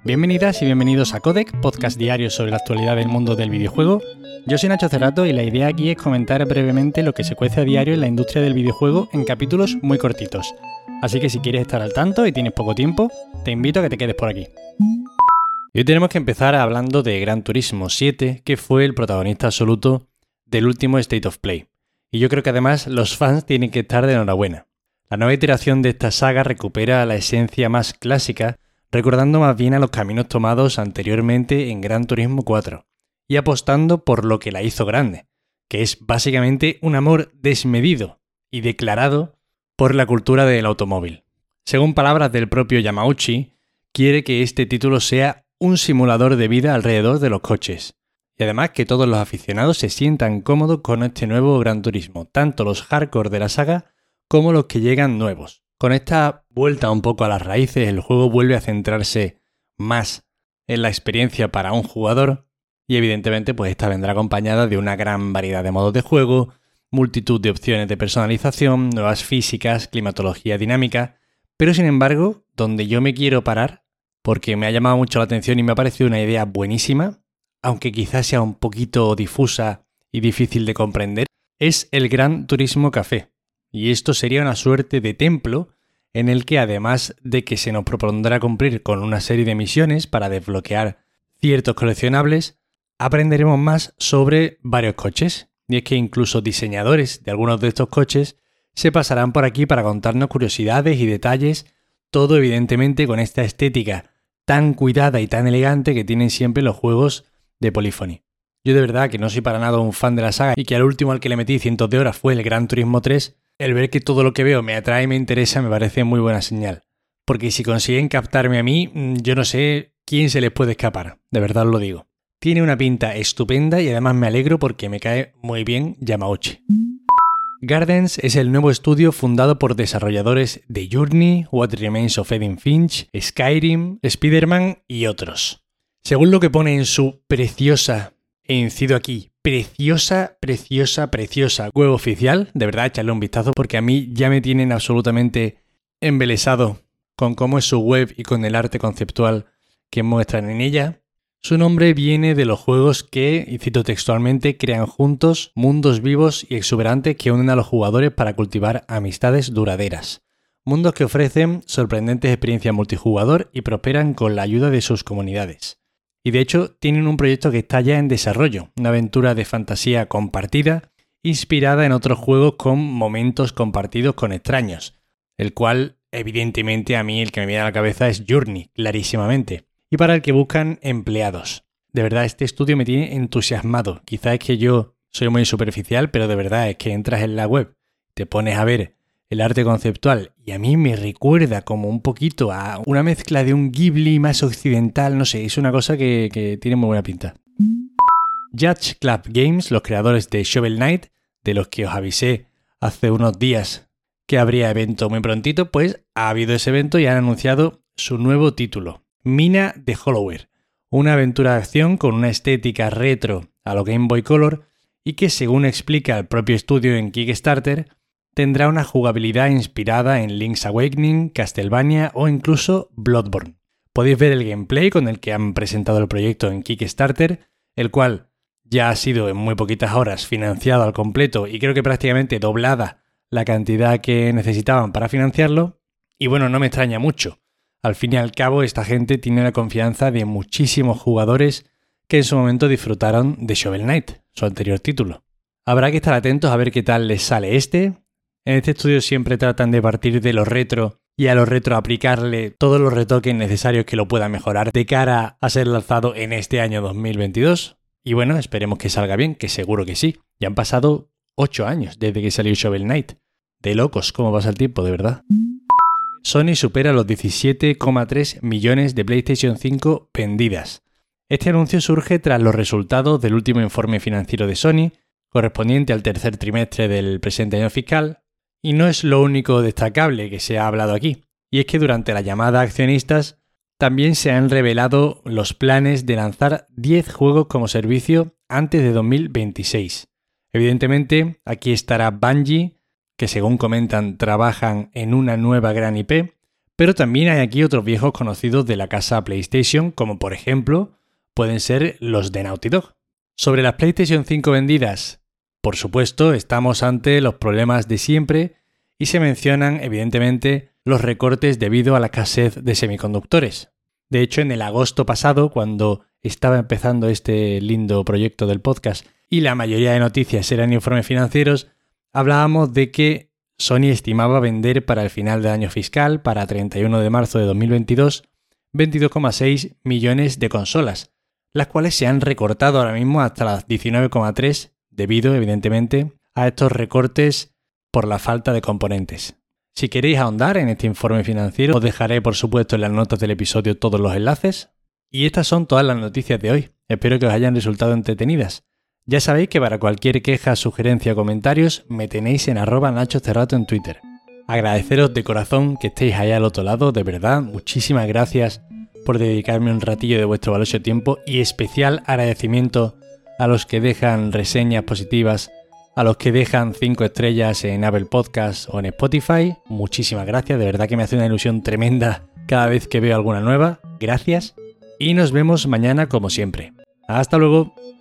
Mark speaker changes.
Speaker 1: Bienvenidas y bienvenidos a Codec, podcast diario sobre la actualidad del mundo del videojuego. Yo soy Nacho Cerrato y la idea aquí es comentar brevemente lo que se cuece a diario en la industria del videojuego en capítulos muy cortitos. Así que si quieres estar al tanto y tienes poco tiempo, te invito a que te quedes por aquí. Y hoy tenemos que empezar hablando de Gran Turismo 7, que fue el protagonista absoluto del último State of Play. Y yo creo que además los fans tienen que estar de enhorabuena. La nueva iteración de esta saga recupera la esencia más clásica, recordando más bien a los caminos tomados anteriormente en Gran Turismo 4, y apostando por lo que la hizo grande, que es básicamente un amor desmedido y declarado por la cultura del automóvil. Según palabras del propio Yamauchi, quiere que este título sea un simulador de vida alrededor de los coches, y además que todos los aficionados se sientan cómodos con este nuevo Gran Turismo, tanto los hardcore de la saga como los que llegan nuevos. Con esta vuelta un poco a las raíces, el juego vuelve a centrarse más en la experiencia para un jugador y evidentemente pues esta vendrá acompañada de una gran variedad de modos de juego, multitud de opciones de personalización, nuevas físicas, climatología dinámica, pero sin embargo, donde yo me quiero parar, porque me ha llamado mucho la atención y me ha parecido una idea buenísima, aunque quizás sea un poquito difusa y difícil de comprender, es el Gran Turismo Café. Y esto sería una suerte de templo en el que además de que se nos propondrá cumplir con una serie de misiones para desbloquear ciertos coleccionables, aprenderemos más sobre varios coches. Y es que incluso diseñadores de algunos de estos coches se pasarán por aquí para contarnos curiosidades y detalles, todo evidentemente con esta estética tan cuidada y tan elegante que tienen siempre los juegos de Polyphony. Yo de verdad que no soy para nada un fan de la saga y que al último al que le metí cientos de horas fue el Gran Turismo 3, el ver que todo lo que veo me atrae y me interesa me parece muy buena señal. Porque si consiguen captarme a mí, yo no sé quién se les puede escapar, de verdad os lo digo. Tiene una pinta estupenda y además me alegro porque me cae muy bien Yamauchi. Gardens es el nuevo estudio fundado por desarrolladores de Journey, What Remains of Edith Finch, Skyrim, Spider-Man y otros. Según lo que pone en su preciosa, e incido aquí, preciosa web oficial, de verdad echarle un vistazo porque a mí ya me tienen absolutamente embelesado con cómo es su web y con el arte conceptual que muestran en ella. Su nombre viene de los juegos que, y cito textualmente, crean juntos mundos vivos y exuberantes que unen a los jugadores para cultivar amistades duraderas. Mundos que ofrecen sorprendentes experiencias multijugador y prosperan con la ayuda de sus comunidades. Y de hecho tienen un proyecto que está ya en desarrollo, una aventura de fantasía compartida, inspirada en otros juegos con momentos compartidos con extraños, el cual evidentemente a mí el que me viene a la cabeza es Journey, clarísimamente, y para el que buscan empleados. De verdad este estudio me tiene entusiasmado, quizás es que yo soy muy superficial, pero de verdad es que entras en la web, te pones a ver el arte conceptual y a mí me recuerda como un poquito a una mezcla de un Ghibli más occidental, no sé, es una cosa que tiene muy buena pinta. Judge Club Games, los creadores de Shovel Knight, de los que os avisé hace unos días que habría evento muy prontito, pues ha habido ese evento y han anunciado su nuevo título, Mina the Hollower, una aventura de acción con una estética retro a lo Game Boy Color y que según explica el propio estudio en Kickstarter, tendrá una jugabilidad inspirada en Link's Awakening, Castlevania o incluso Bloodborne. Podéis ver el gameplay con el que han presentado el proyecto en Kickstarter, el cual ya ha sido en muy poquitas horas financiado al completo y creo que prácticamente doblada la cantidad que necesitaban para financiarlo. Y bueno, no me extraña mucho. Al fin y al cabo, esta gente tiene la confianza de muchísimos jugadores que en su momento disfrutaron de Shovel Knight, su anterior título. Habrá que estar atentos a ver qué tal les sale este. En este estudio siempre tratan de partir de lo retro y a lo retro aplicarle todos los retoques necesarios que lo puedan mejorar de cara a ser lanzado en este año 2022. Y bueno, esperemos que salga bien, que seguro que sí. Ya han pasado 8 años desde que salió Shovel Knight. De locos cómo pasa el tiempo, de verdad. Sony supera los 17,3 millones de PlayStation 5 vendidas. Este anuncio surge tras los resultados del último informe financiero de Sony, correspondiente al tercer trimestre del presente año fiscal. Y no es lo único destacable que se ha hablado aquí, y es que durante la llamada a accionistas también se han revelado los planes de lanzar 10 juegos como servicio antes de 2026. Evidentemente, aquí estará Bungie, que según comentan trabajan en una nueva gran IP, Pero también hay aquí otros viejos conocidos de la casa PlayStation, como por ejemplo pueden ser los de Naughty Dog. Sobre las PlayStation 5 vendidas, por supuesto, estamos ante los problemas de siempre y se mencionan evidentemente los recortes debido a la escasez de semiconductores. De hecho, en el agosto pasado, cuando estaba empezando este lindo proyecto del podcast y la mayoría de noticias eran informes financieros, hablábamos de que Sony estimaba vender para el final del año fiscal, para 31 de marzo de 2022, 22,6 millones de consolas, las cuales se han recortado ahora mismo hasta las 19,3 debido, evidentemente, a estos recortes por la falta de componentes. Si queréis ahondar en este informe financiero, os dejaré por supuesto en las notas del episodio todos los enlaces. Y estas son todas las noticias de hoy. Espero que os hayan resultado entretenidas. Ya sabéis que para cualquier queja, sugerencia o comentarios me tenéis en @NachoCerrato en Twitter. Agradeceros de corazón que estéis ahí al otro lado, de verdad, muchísimas gracias por dedicarme un ratillo de vuestro valioso tiempo y especial agradecimiento a los que dejan reseñas positivas, a los que dejan 5 estrellas en Apple Podcasts o en Spotify. Muchísimas gracias, de verdad que me hace una ilusión tremenda cada vez que veo alguna nueva. Gracias y nos vemos mañana como siempre. ¡Hasta luego!